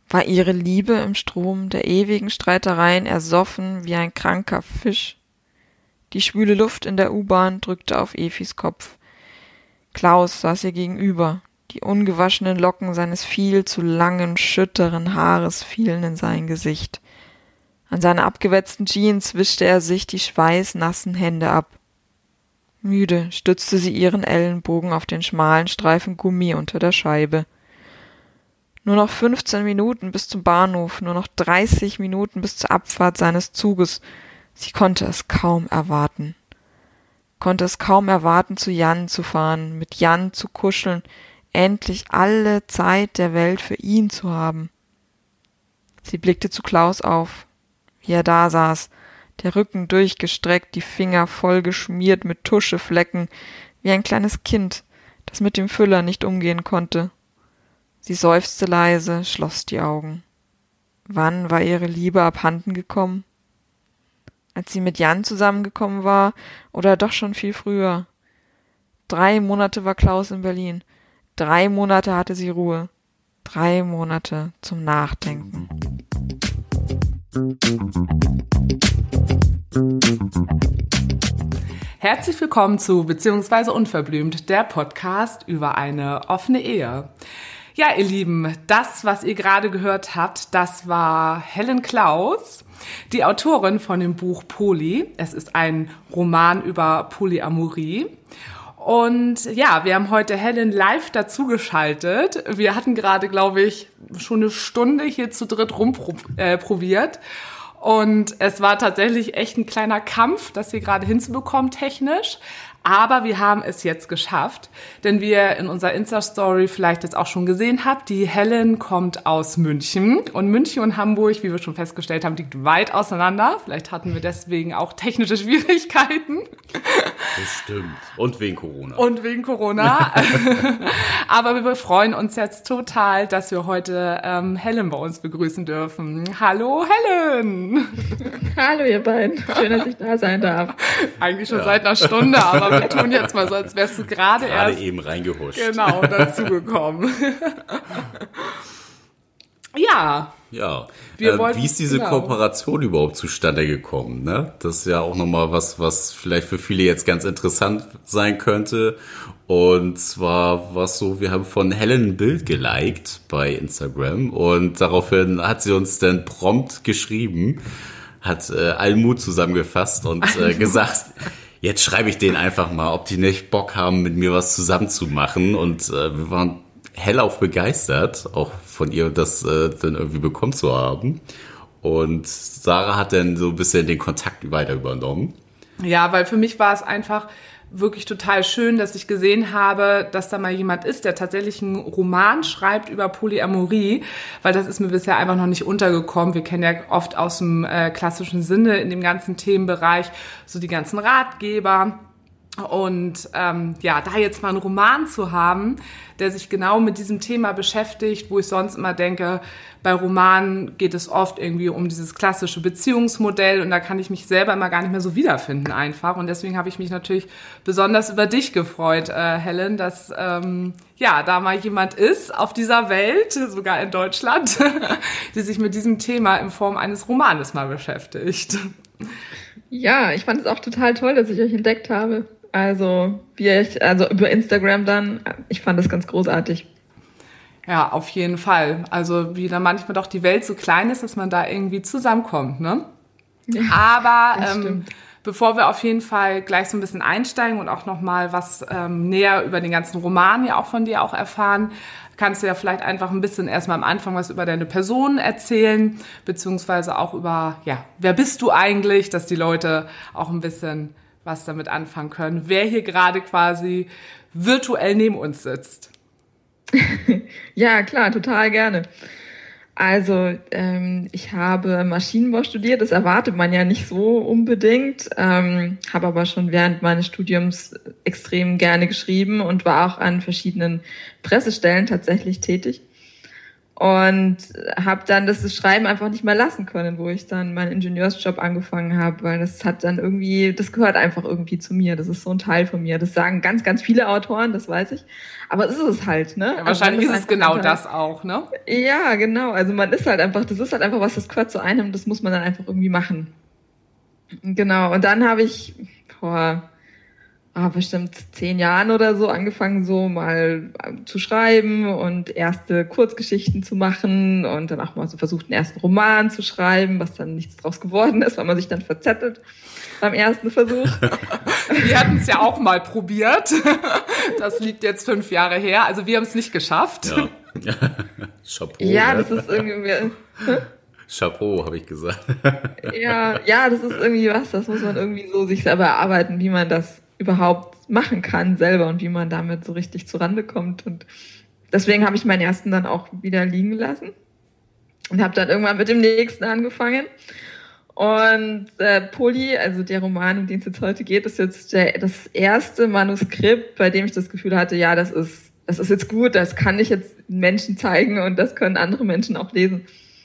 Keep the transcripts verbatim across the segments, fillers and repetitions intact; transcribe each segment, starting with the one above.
War ihre Liebe im Strom der ewigen Streitereien ersoffen wie ein kranker Fisch? Die schwüle Luft in der U-Bahn drückte auf Efis Kopf. Klaus saß ihr gegenüber. Die ungewaschenen Locken seines viel zu langen, schütteren Haares fielen in sein Gesicht. An seiner abgewetzten Jeans wischte er sich die schweißnassen Hände ab. Müde stützte sie ihren Ellenbogen auf den schmalen Streifen Gummi unter der Scheibe. Nur noch fünfzehn Minuten bis zum Bahnhof, nur noch dreißig Minuten bis zur Abfahrt seines Zuges. Sie konnte es kaum erwarten. Konnte es kaum erwarten, zu Jan zu fahren, mit Jan zu kuscheln, endlich alle Zeit der Welt für ihn zu haben. Sie blickte zu Klaus auf, wie er da saß, der Rücken durchgestreckt, die Finger voll geschmiert mit Tuscheflecken, wie ein kleines Kind, das mit dem Füller nicht umgehen konnte. Sie seufzte leise, schloss die Augen. Wann war ihre Liebe abhanden gekommen? Als sie mit Jan zusammengekommen war, oder doch schon viel früher? Drei Monate war Klaus in Berlin. Drei Monate hatte sie Ruhe. Drei Monate zum Nachdenken. Herzlich willkommen zu Beziehungsweise Unverblümt, der Podcast über eine offene Ehe. Ja, ihr Lieben, das, was ihr gerade gehört habt, das war Helen Klaus, die Autorin von dem Buch Poly. Es ist ein Roman über Polyamorie. Und ja, wir haben heute Helen live dazugeschaltet. Wir hatten gerade, glaube ich, schon eine Stunde hier zu dritt rumprobiert. Und es war tatsächlich echt ein kleiner Kampf, das hier gerade hinzubekommen technisch. Aber wir haben es jetzt geschafft, denn wie ihr in unserer Insta-Story vielleicht jetzt auch schon gesehen habt, die Helen kommt aus München. Und München und Hamburg, wie wir schon festgestellt haben, liegt weit auseinander. Vielleicht hatten wir deswegen auch technische Schwierigkeiten. Das stimmt. Und wegen Corona. Und wegen Corona. Aber wir freuen uns jetzt total, dass wir heute ähm, Helen bei uns begrüßen dürfen. Hallo Helen! Hallo ihr beiden. Schön, dass ich da sein darf. Eigentlich schon ja. Seit einer Stunde, aber wir tun jetzt mal so, als wärst du gerade erst... Gerade eben reingehuscht. Genau, dazugekommen. Ja. Ja, äh, wollten, wie ist diese genau. Kooperation überhaupt zustande gekommen? Ne? Das ist ja auch nochmal was, was vielleicht für viele jetzt ganz interessant sein könnte. Und zwar war es so, wir haben von Helen ein Bild geliked bei Instagram und daraufhin hat sie uns dann prompt geschrieben, hat äh, allen Mut zusammengefasst und äh, gesagt... Jetzt schreibe ich denen einfach mal, ob die nicht Bock haben, mit mir was zusammen zu machen. Und äh, wir waren hellauf begeistert, auch von ihr das äh, dann irgendwie bekommen zu haben. Und Sarah hat dann so ein bisschen den Kontakt weiter übernommen. Ja, weil für mich war es einfach wirklich total schön, dass ich gesehen habe, dass da mal jemand ist, der tatsächlich einen Roman schreibt über Polyamorie, weil das ist mir bisher einfach noch nicht untergekommen. Wir kennen ja oft aus dem äh, klassischen Sinne in dem ganzen Themenbereich so die ganzen Ratgeber. Und ähm, ja, da jetzt mal einen Roman zu haben, der sich genau mit diesem Thema beschäftigt, wo ich sonst immer denke, bei Romanen geht es oft irgendwie um dieses klassische Beziehungsmodell und da kann ich mich selber immer gar nicht mehr so wiederfinden einfach. Und deswegen habe ich mich natürlich besonders über dich gefreut, äh, Helen, dass ähm, ja da mal jemand ist auf dieser Welt, sogar in Deutschland, die sich mit diesem Thema in Form eines Romanes mal beschäftigt. Ja, ich fand es auch total toll, dass ich euch entdeckt habe. Also, wie ich, also über Instagram dann, ich fand das ganz großartig. Ja, auf jeden Fall. Also, wie dann manchmal doch die Welt so klein ist, dass man da irgendwie zusammenkommt, ne? Ja, aber ähm, bevor wir auf jeden Fall gleich so ein bisschen einsteigen und auch nochmal was ähm, näher über den ganzen Roman ja auch von dir auch erfahren, kannst du ja vielleicht einfach ein bisschen erstmal am Anfang was über deine Person erzählen, beziehungsweise auch über, ja, wer bist du eigentlich, dass die Leute auch ein bisschen was damit anfangen können, wer hier gerade quasi virtuell neben uns sitzt. Ja, klar, total gerne. Also ähm, ich habe Maschinenbau studiert, das erwartet man ja nicht so unbedingt, ähm, habe aber schon während meines Studiums extrem gerne geschrieben und war auch an verschiedenen Pressestellen tatsächlich tätig. Und habe dann das Schreiben einfach nicht mehr lassen können, wo ich dann meinen Ingenieursjob angefangen habe, weil das hat dann irgendwie, das gehört einfach irgendwie zu mir. Das ist so ein Teil von mir. Das sagen ganz, ganz viele Autoren, das weiß ich. Aber es ist es halt, ne? Ja, wahrscheinlich also ist es genau halt, das auch, ne? Ja, genau. Also man ist halt einfach, das ist halt einfach was, das gehört zu einem, das muss man dann einfach irgendwie machen. Genau. Und dann habe ich vor ah, bestimmt zehn Jahren oder so angefangen, so mal zu schreiben und erste Kurzgeschichten zu machen und dann auch mal so versucht, einen ersten Roman zu schreiben, was dann nichts draus geworden ist, weil man sich dann verzettelt beim ersten Versuch. Wir hatten es ja auch mal probiert. Das liegt jetzt fünf Jahre her. Also wir haben es nicht geschafft. Ja, Chapeau. Ja, das ist irgendwie... Chapeau, habe ich gesagt. Ja, ja, das ist irgendwie was, das muss man irgendwie so sich selber erarbeiten, wie man das überhaupt machen kann selber und wie man damit so richtig zurande kommt. Und deswegen habe ich meinen ersten dann auch wieder liegen lassen und habe dann irgendwann mit dem nächsten angefangen. Und äh, Poli, also der Roman, um den es jetzt heute geht, ist jetzt der, das erste Manuskript, bei dem ich das Gefühl hatte, ja, das ist, das ist jetzt gut, das kann ich jetzt Menschen zeigen und das können andere Menschen auch lesen.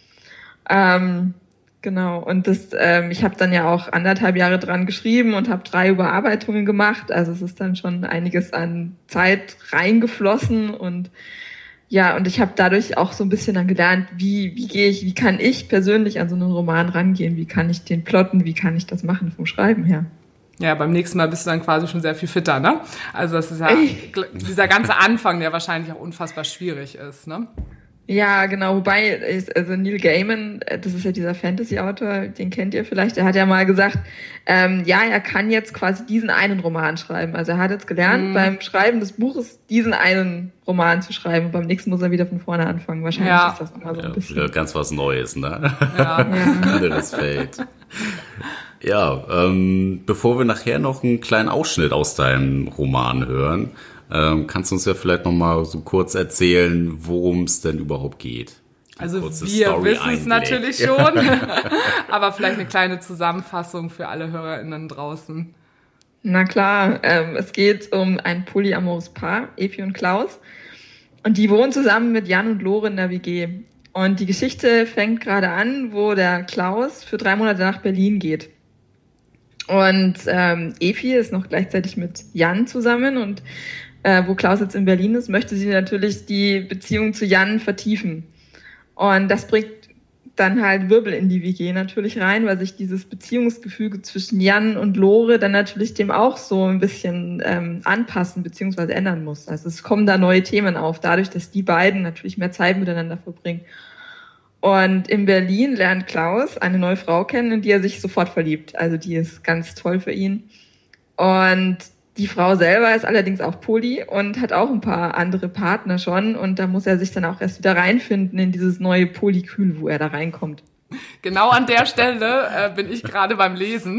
Ähm, Genau, und das, ähm, ich habe dann ja auch anderthalb Jahre dran geschrieben und habe drei Überarbeitungen gemacht. Also es ist dann schon einiges an Zeit reingeflossen und ja, und ich habe dadurch auch so ein bisschen dann gelernt, wie wie gehe ich, wie kann ich persönlich an so einen Roman rangehen, wie kann ich den plotten, wie kann ich das machen vom Schreiben her. Ja, beim nächsten Mal bist du dann quasi schon sehr viel fitter, ne? Also das ist ja dieser ganze Anfang, der wahrscheinlich auch unfassbar schwierig ist, ne? Ja, genau, wobei, also Neil Gaiman, das ist ja dieser Fantasy-Autor, den kennt ihr vielleicht, der hat ja mal gesagt, ähm, ja, er kann jetzt quasi diesen einen Roman schreiben. Also er hat jetzt gelernt, mm. beim Schreiben des Buches diesen einen Roman zu schreiben. Und beim nächsten muss er wieder von vorne anfangen. Wahrscheinlich ja. ist das immer so ein bisschen. Ja, ganz was Neues, ne? Ja. Anderes Feld. Ja, ähm, bevor wir nachher noch einen kleinen Ausschnitt aus deinem Roman hören, Ähm, kannst du uns ja vielleicht noch mal so kurz erzählen, worum es denn überhaupt geht? Also wir wissen es natürlich schon, aber vielleicht eine kleine Zusammenfassung für alle HörerInnen draußen. Na klar, ähm, es geht um ein polyamores Paar, Evi und Klaus. Und die wohnen zusammen mit Jan und Lore in der W G. Und die Geschichte fängt gerade an, wo der Klaus für drei Monate nach Berlin geht. Und ähm, Evi ist noch gleichzeitig mit Jan zusammen und äh, wo Klaus jetzt in Berlin ist, möchte sie natürlich die Beziehung zu Jan vertiefen. Und das bringt dann halt Wirbel in die W G natürlich rein, weil sich dieses Beziehungsgefüge zwischen Jan und Lore dann natürlich dem auch so ein bisschen ähm, anpassen bzw. ändern muss. Also es kommen da neue Themen auf, dadurch, dass die beiden natürlich mehr Zeit miteinander verbringen. Und in Berlin lernt Klaus eine neue Frau kennen, in die er sich sofort verliebt. Also die ist ganz toll für ihn. Und die Frau selber ist allerdings auch poly und hat auch ein paar andere Partner schon. Und da muss er sich dann auch erst wieder reinfinden in dieses neue Polykül, wo er da reinkommt. Genau an der Stelle äh, bin ich gerade beim Lesen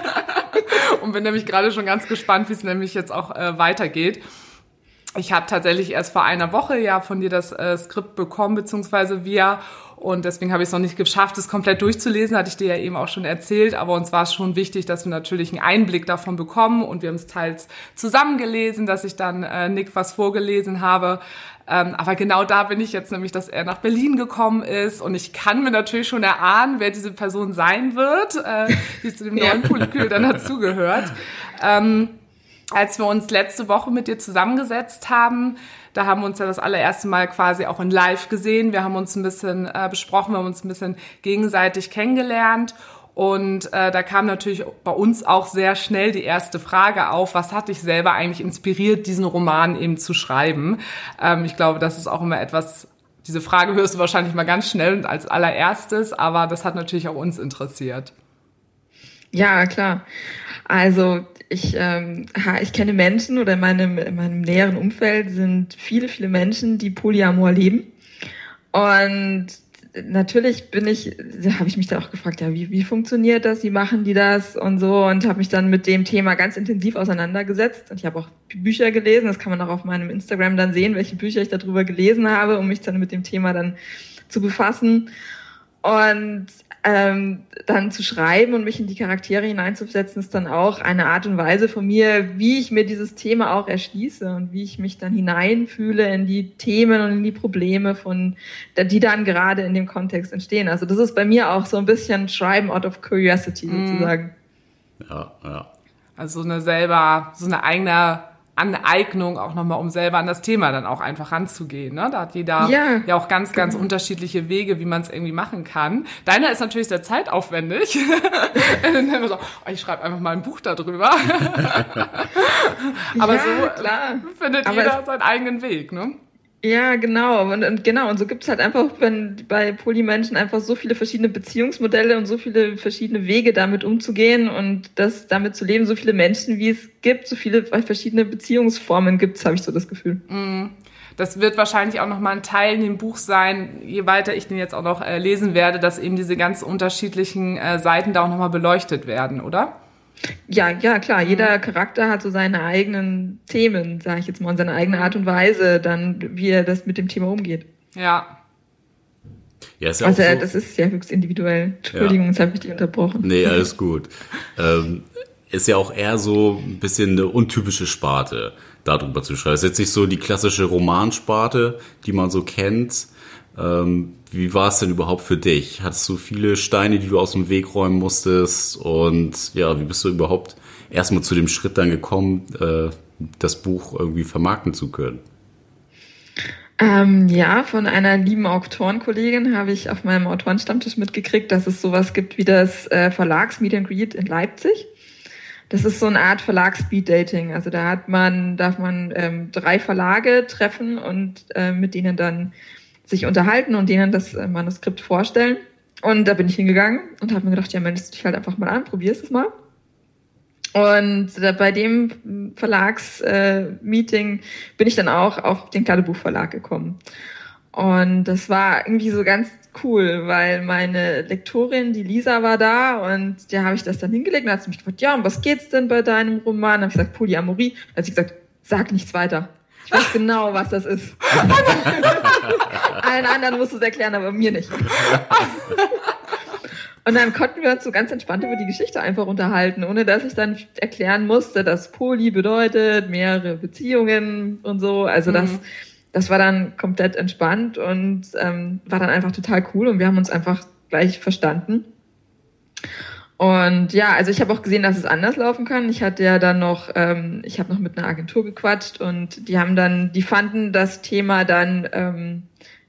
und bin nämlich gerade schon ganz gespannt, wie es nämlich jetzt auch äh, weitergeht. Ich habe tatsächlich erst vor einer Woche ja von dir das äh, Skript bekommen, beziehungsweise wir. Und deswegen habe ich es noch nicht geschafft, es komplett durchzulesen, hatte ich dir ja eben auch schon erzählt. Aber uns war es schon wichtig, dass wir natürlich einen Einblick davon bekommen. Und wir haben es teils zusammengelesen, dass ich dann äh, Nick was vorgelesen habe. Ähm, aber genau da bin ich jetzt nämlich, dass er nach Berlin gekommen ist. Und ich kann mir natürlich schon erahnen, wer diese Person sein wird, äh, die zu dem neuen Polykül dann dazugehört. Ähm, als wir uns letzte Woche mit dir zusammengesetzt haben, da haben wir uns ja das allererste Mal quasi auch in Live gesehen. Wir haben uns ein bisschen äh, besprochen, wir haben uns ein bisschen gegenseitig kennengelernt. Und äh, da kam natürlich bei uns auch sehr schnell die erste Frage auf, was hat dich selber eigentlich inspiriert, diesen Roman eben zu schreiben? Ähm, ich glaube, das ist auch immer etwas, diese Frage hörst du wahrscheinlich mal ganz schnell und als allererstes, aber das hat natürlich auch uns interessiert. Ja, klar. Also ich, ähm, ich kenne Menschen oder in meinem, in meinem näheren Umfeld sind viele, viele Menschen, die Polyamor leben. Und natürlich bin ich, da habe ich mich dann auch gefragt, ja, wie, wie funktioniert das, wie machen die das und so, und habe mich dann mit dem Thema ganz intensiv auseinandergesetzt. Und ich habe auch Bücher gelesen, das kann man auch auf meinem Instagram dann sehen, welche Bücher ich darüber gelesen habe, um mich dann mit dem Thema dann zu befassen. Und ähm, dann zu schreiben und mich in die Charaktere hineinzusetzen, ist dann auch eine Art und Weise von mir, wie ich mir dieses Thema auch erschließe und wie ich mich dann hineinfühle in die Themen und in die Probleme, von die dann gerade in dem Kontext entstehen. Also das ist bei mir auch so ein bisschen Schreiben out of Curiosity sozusagen. Ja, ja. Also eine selber, so eine eigene Aneignung auch nochmal, um selber an das Thema dann auch einfach ranzugehen. Ne? Da hat jeder ja, ja auch ganz, ganz genau. unterschiedliche Wege, wie man es irgendwie machen kann. Deiner ist natürlich sehr zeitaufwendig. so, oh, ich schreibe einfach mal ein Buch darüber. Aber ja, so klar. findet Aber jeder seinen eigenen Weg, ne? Ja, genau. Und, und genau. Und so gibt's halt einfach wenn, bei Polymenschen einfach so viele verschiedene Beziehungsmodelle und so viele verschiedene Wege, damit umzugehen und das damit zu leben. So viele Menschen, wie es gibt, so viele verschiedene Beziehungsformen gibt's, habe ich so das Gefühl. Das wird wahrscheinlich auch nochmal ein Teil in dem Buch sein, je weiter ich den jetzt auch noch äh, lesen werde, dass eben diese ganz unterschiedlichen äh, Seiten da auch nochmal beleuchtet werden, oder? Ja, ja, klar. Jeder Charakter hat so seine eigenen Themen, sage ich jetzt mal, und seine eigene Art und Weise, dann, wie er das mit dem Thema umgeht. Ja. Ja, ist ja also, auch so. Das ist ja höchst individuell. Entschuldigung, ja. Jetzt habe ich dich unterbrochen. Nee, alles gut. ähm, ist ja auch eher so ein bisschen eine untypische Sparte, darüber zu schreiben. Ist jetzt nicht so die klassische Romansparte, die man so kennt. Ähm, wie war es denn überhaupt für dich? Hattest du viele Steine, die du aus dem Weg räumen musstest? Und ja, wie bist du überhaupt erstmal zu dem Schritt dann gekommen, äh, das Buch irgendwie vermarkten zu können? Ähm, ja, von einer lieben Autorenkollegin habe ich auf meinem Autorenstammtisch mitgekriegt, dass es sowas gibt wie das äh, Verlags-Meet and Greet in Leipzig. Das ist so eine Art Verlags-Speed-Dating. Also da hat man, darf man ähm, drei Verlage treffen und äh, mit denen dann sich unterhalten und denen das Manuskript vorstellen. Und da bin ich hingegangen und habe mir gedacht, ja, meldest dich halt einfach mal an, probierst es mal. Und bei dem Verlagsmeeting äh, bin ich dann auch auf den Kladdebuch-Verlag gekommen. Und das war irgendwie so ganz cool, weil meine Lektorin, die Lisa, war da und der habe ich das dann hingelegt und hat sie mich gefragt, ja, um was geht's denn bei deinem Roman? Dann habe ich gesagt, Polyamorie. Dann hat sie gesagt, sag nichts weiter. Ich weiß genau, was das ist. Allen anderen musst du es erklären, aber mir nicht. Und dann konnten wir uns so ganz entspannt über die Geschichte einfach unterhalten, ohne dass ich dann erklären musste, dass Poly bedeutet mehrere Beziehungen und so. Also das, mhm. das war dann komplett entspannt und ähm, war dann einfach total cool und wir haben uns einfach gleich verstanden. Und ja, also ich habe auch gesehen, dass es anders laufen kann. Ich hatte ja dann noch, ähm, ich habe noch mit einer Agentur gequatscht und die haben dann, die fanden das Thema dann, ähm,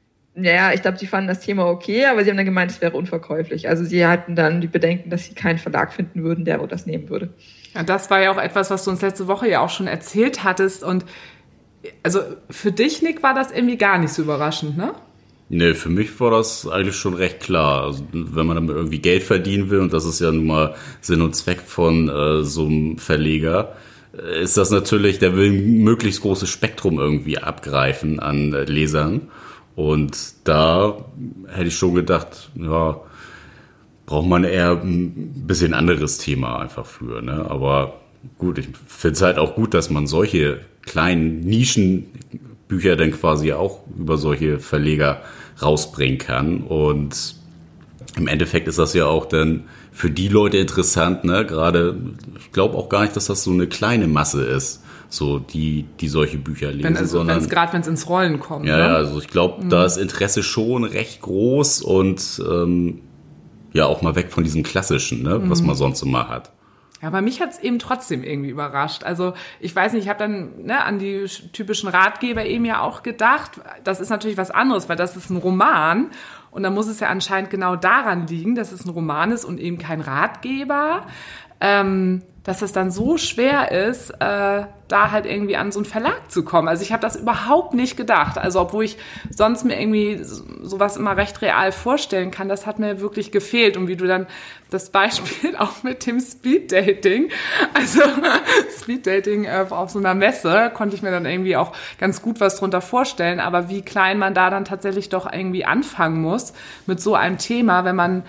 ja, ich glaube, die fanden das Thema okay, aber sie haben dann gemeint, es wäre unverkäuflich. Also sie hatten dann die Bedenken, dass sie keinen Verlag finden würden, der das nehmen würde. Ja, das war ja auch etwas, was du uns letzte Woche ja auch schon erzählt hattest. Und also für dich, Nick, war das irgendwie gar nicht so überraschend, ne? Nee, für mich war das eigentlich schon recht klar. Also, wenn man damit irgendwie Geld verdienen will, und das ist ja nun mal Sinn und Zweck von äh, so einem Verleger, ist das natürlich, der will ein möglichst großes Spektrum irgendwie abgreifen an äh, Lesern. Und da hätte ich schon gedacht, ja, braucht man eher ein bisschen anderes Thema einfach für, ne? Aber gut, ich finde es halt auch gut, dass man solche kleinen Nischenbücher dann quasi auch über solche Verleger rausbringen kann. Und im Endeffekt ist das ja auch dann für die Leute interessant, ne? Gerade, ich glaube auch gar nicht, dass das so eine kleine Masse ist, so die die solche Bücher lesen, wenn also, sondern gerade wenn es ins Rollen kommt. Ja, ne? ja, also ich glaube, mhm. da ist Interesse schon recht groß und ähm, ja auch mal weg von diesem Klassischen, ne? Mhm. Was man sonst immer hat. Ja, aber mich hat's eben trotzdem irgendwie überrascht. Also ich weiß nicht, ich habe dann ne, an die typischen Ratgeber eben ja auch gedacht. Das ist natürlich was anderes, weil das ist ein Roman. Und dann muss es ja anscheinend genau daran liegen, dass es ein Roman ist und eben kein Ratgeber. Ähm, dass es dann so schwer ist, äh, da halt irgendwie an so einen Verlag zu kommen. Also ich habe das überhaupt nicht gedacht. Also obwohl ich sonst mir irgendwie sowas immer recht real vorstellen kann, das hat mir wirklich gefehlt. Und wie du dann das Beispiel auch mit dem Speeddating, also Speeddating äh, auf so einer Messe, konnte ich mir dann irgendwie auch ganz gut was drunter vorstellen. Aber wie klein man da dann tatsächlich doch irgendwie anfangen muss mit so einem Thema, wenn man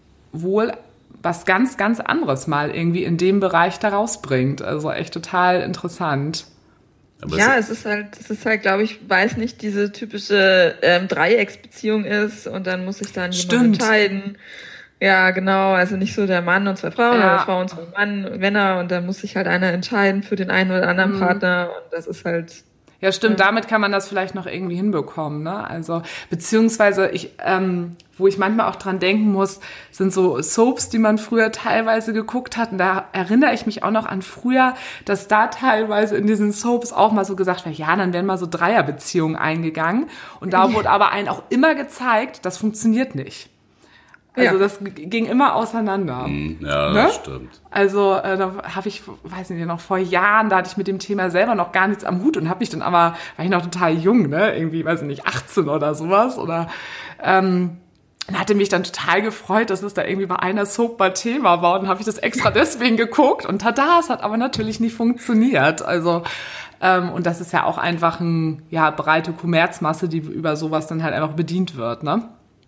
wohl was ganz, ganz anderes mal irgendwie in dem Bereich da rausbringt. Also echt total interessant. Aber ja, es ist halt, es ist halt, glaube ich, weiß nicht, diese typische ähm, Dreiecksbeziehung ist und dann muss sich dann jemand Stimmt. entscheiden. Ja, genau, also nicht so der Mann und zwei Frauen Ja. oder Frau und zwei Mann, Männer und dann muss sich halt einer entscheiden für den einen oder anderen Partner und das ist halt, Ja, stimmt, damit kann man das vielleicht noch irgendwie hinbekommen, ne? Also, beziehungsweise ich, ähm, wo ich manchmal auch dran denken muss, sind so Soaps, die man früher teilweise geguckt hat. Und da erinnere ich mich auch noch an früher, dass da teilweise in diesen Soaps auch mal so gesagt wird, ja, dann werden mal so Dreierbeziehungen eingegangen. Und da wurde aber einen auch immer gezeigt, das funktioniert nicht. Also Ja. das g- ging immer auseinander. ja, Ne? das stimmt. Also äh, da habe ich, weiß nicht, noch vor Jahren, da hatte ich mit dem Thema selber noch gar nichts am Hut und habe mich dann aber, war ich noch total jung, ne, irgendwie, weiß ich nicht, achtzehn oder sowas oder ähm, und hatte mich dann total gefreut, dass es da irgendwie bei einer Soap mal Thema war und habe ich das extra deswegen geguckt und tada, es hat aber natürlich nicht funktioniert. Also ähm, und das ist ja auch einfach ein, ja, breite Kommerzmasse, die über sowas dann halt einfach bedient wird, ne?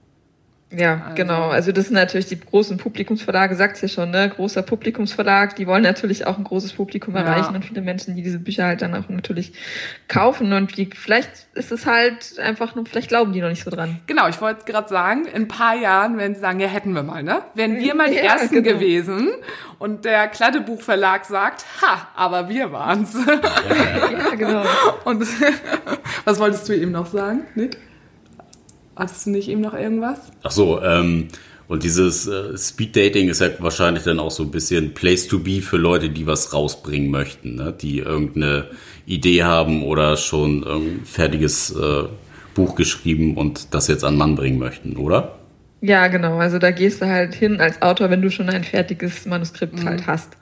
ja, Also- genau. Also das sind natürlich die großen Publikumsverlage, sagt's ja schon, ne? Großer Publikumsverlag, die wollen natürlich auch ein großes Publikum Ja. erreichen und viele Menschen, die diese Bücher halt dann auch natürlich kaufen und die, vielleicht ist es halt einfach nur, vielleicht glauben die noch nicht so dran. Genau, ich wollte gerade sagen, in ein paar Jahren werden sie sagen, ja, hätten wir mal, ne? Wären wir mal die Ja, Ersten genau. gewesen und der Kladdebuchverlag sagt, ha, aber wir waren's. Ja, genau. Und was wolltest du ihm noch sagen, Nick? Hattest du nicht ihm noch irgendwas? Ach so, ähm, und dieses äh, Speed-Dating ist ja wahrscheinlich dann auch so ein bisschen Place to be für Leute, die was rausbringen möchten, ne? Die irgendeine Idee haben oder schon ein fertiges äh, Buch geschrieben und das jetzt an den Mann bringen möchten, oder? Ja, genau. Also da gehst du halt hin als Autor, wenn du schon ein fertiges Manuskript halt hast.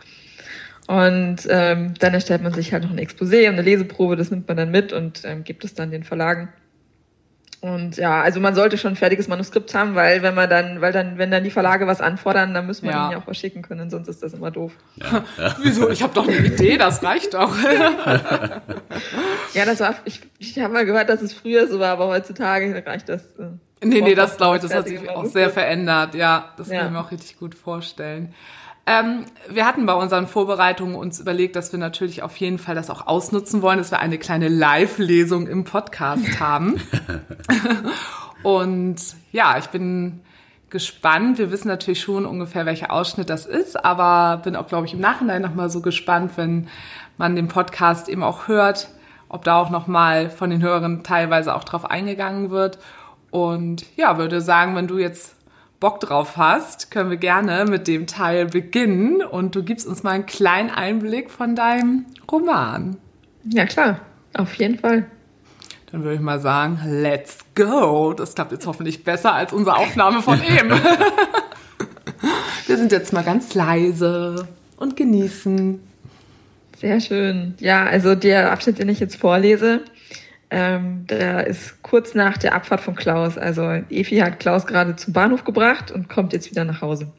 Und ähm, dann erstellt man sich halt noch ein Exposé und eine Leseprobe, das nimmt man dann mit und ähm, gibt es dann den Verlagen. Und ja, also man sollte schon ein fertiges Manuskript haben, weil wenn man dann, weil dann, wenn dann die Verlage was anfordern, dann müssen wir Ja. ihnen ja auch was schicken können, sonst ist das immer doof. Wieso? Ich habe doch eine Idee, das reicht doch. Ja, das war, ich, ich habe mal gehört, dass es früher so war, aber heutzutage reicht das. Äh, Nee, nee, das glaube ich, das hat fertige sich auch Manuskript. sehr verändert. Ja, das Ja. kann ich mir auch richtig gut vorstellen. Ähm, wir hatten bei unseren Vorbereitungen uns überlegt, dass wir natürlich auf jeden Fall das auch ausnutzen wollen, dass wir eine kleine Live-Lesung im Podcast haben. Und ja, ich bin gespannt. Wir wissen natürlich schon ungefähr, welcher Ausschnitt das ist, aber bin auch, glaube ich, im Nachhinein nochmal so gespannt, wenn man den Podcast eben auch hört, ob da auch nochmal von den Hörern teilweise auch drauf eingegangen wird. Und ja, würde sagen, wenn du jetzt Bock drauf hast, können wir gerne mit dem Teil beginnen und du gibst uns mal einen kleinen Einblick von deinem Roman. Ja, klar. Auf jeden Fall. Dann würde ich mal sagen, let's go. Das klappt jetzt hoffentlich besser als unsere Aufnahme von eben. Wir sind jetzt mal ganz leise und genießen. Sehr schön. Ja, also der Abschnitt, den ich jetzt vorlese, ähm, der ist kurz nach der Abfahrt von Klaus. Also Evi hat Klaus gerade zum Bahnhof gebracht und kommt jetzt wieder nach Hause.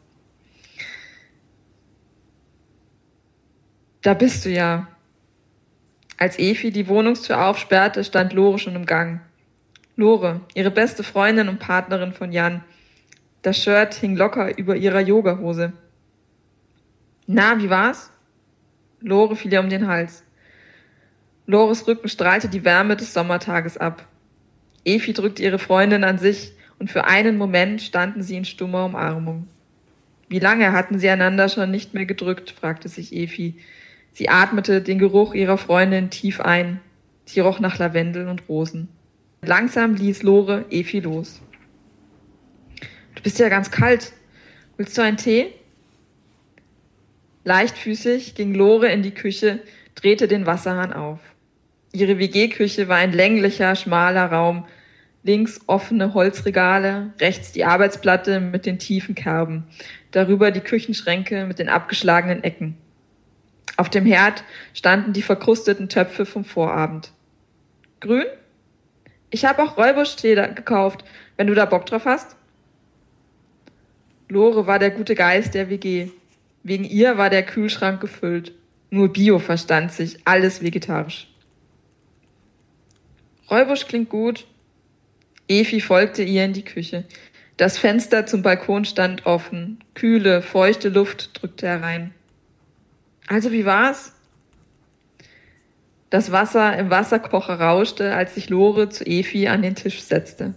Da bist du ja. Als Evi die Wohnungstür aufsperrte, stand Lore schon im Gang. Lore, ihre beste Freundin und Partnerin von Jan. Das Shirt hing locker über ihrer Yogahose. Na, wie war's? Lore fiel ihr um den Hals. Lores Rücken strahlte die Wärme des Sommertages ab. Evi drückte ihre Freundin an sich und für einen Moment standen sie in stummer Umarmung. Wie lange hatten sie einander schon nicht mehr gedrückt, fragte sich Evi. Sie atmete den Geruch ihrer Freundin tief ein. Sie roch nach Lavendel und Rosen. Langsam ließ Lore Evi los. Du bist ja ganz kalt. Willst du einen Tee? Leichtfüßig ging Lore in die Küche, drehte den Wasserhahn auf. Ihre W G-Küche war ein länglicher, schmaler Raum. Links offene Holzregale, rechts die Arbeitsplatte mit den tiefen Kerben. Darüber die Küchenschränke mit den abgeschlagenen Ecken. Auf dem Herd standen die verkrusteten Töpfe vom Vorabend. Grün? Ich habe auch Räubusch-Tee gekauft, wenn du da Bock drauf hast. Lore war der gute Geist der W G. Wegen ihr war der Kühlschrank gefüllt. Nur Bio verstand sich, alles vegetarisch. Räubusch klingt gut. Evi folgte ihr in die Küche. Das Fenster zum Balkon stand offen. Kühle, feuchte Luft drückte herein. Also wie war's? Das Wasser im Wasserkocher rauschte, als sich Lore zu Efi an den Tisch setzte.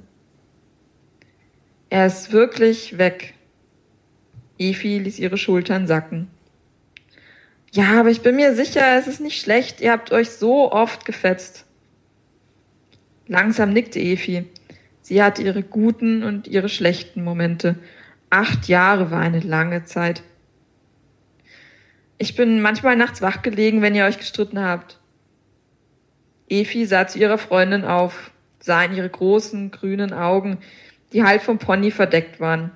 Er ist wirklich weg. Efi ließ ihre Schultern sacken. Ja, aber ich bin mir sicher, es ist nicht schlecht. Ihr habt euch so oft gefetzt. Langsam nickte Efi. Sie hatte ihre guten und ihre schlechten Momente. Acht Jahre war eine lange Zeit. Ich bin manchmal nachts wach gelegen, wenn ihr euch gestritten habt. Efi sah zu ihrer Freundin auf, sah in ihre großen, grünen Augen, die halb vom Pony verdeckt waren.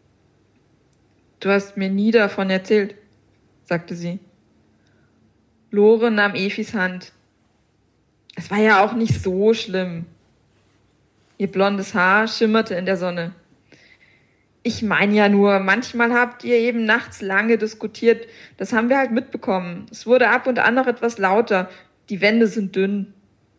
Du hast mir nie davon erzählt, sagte sie. Lore nahm Efis Hand. Es war ja auch nicht so schlimm. Ihr blondes Haar schimmerte in der Sonne. Ich meine ja nur, manchmal habt ihr eben nachts lange diskutiert. Das haben wir halt mitbekommen. Es wurde ab und an noch etwas lauter. Die Wände sind dünn.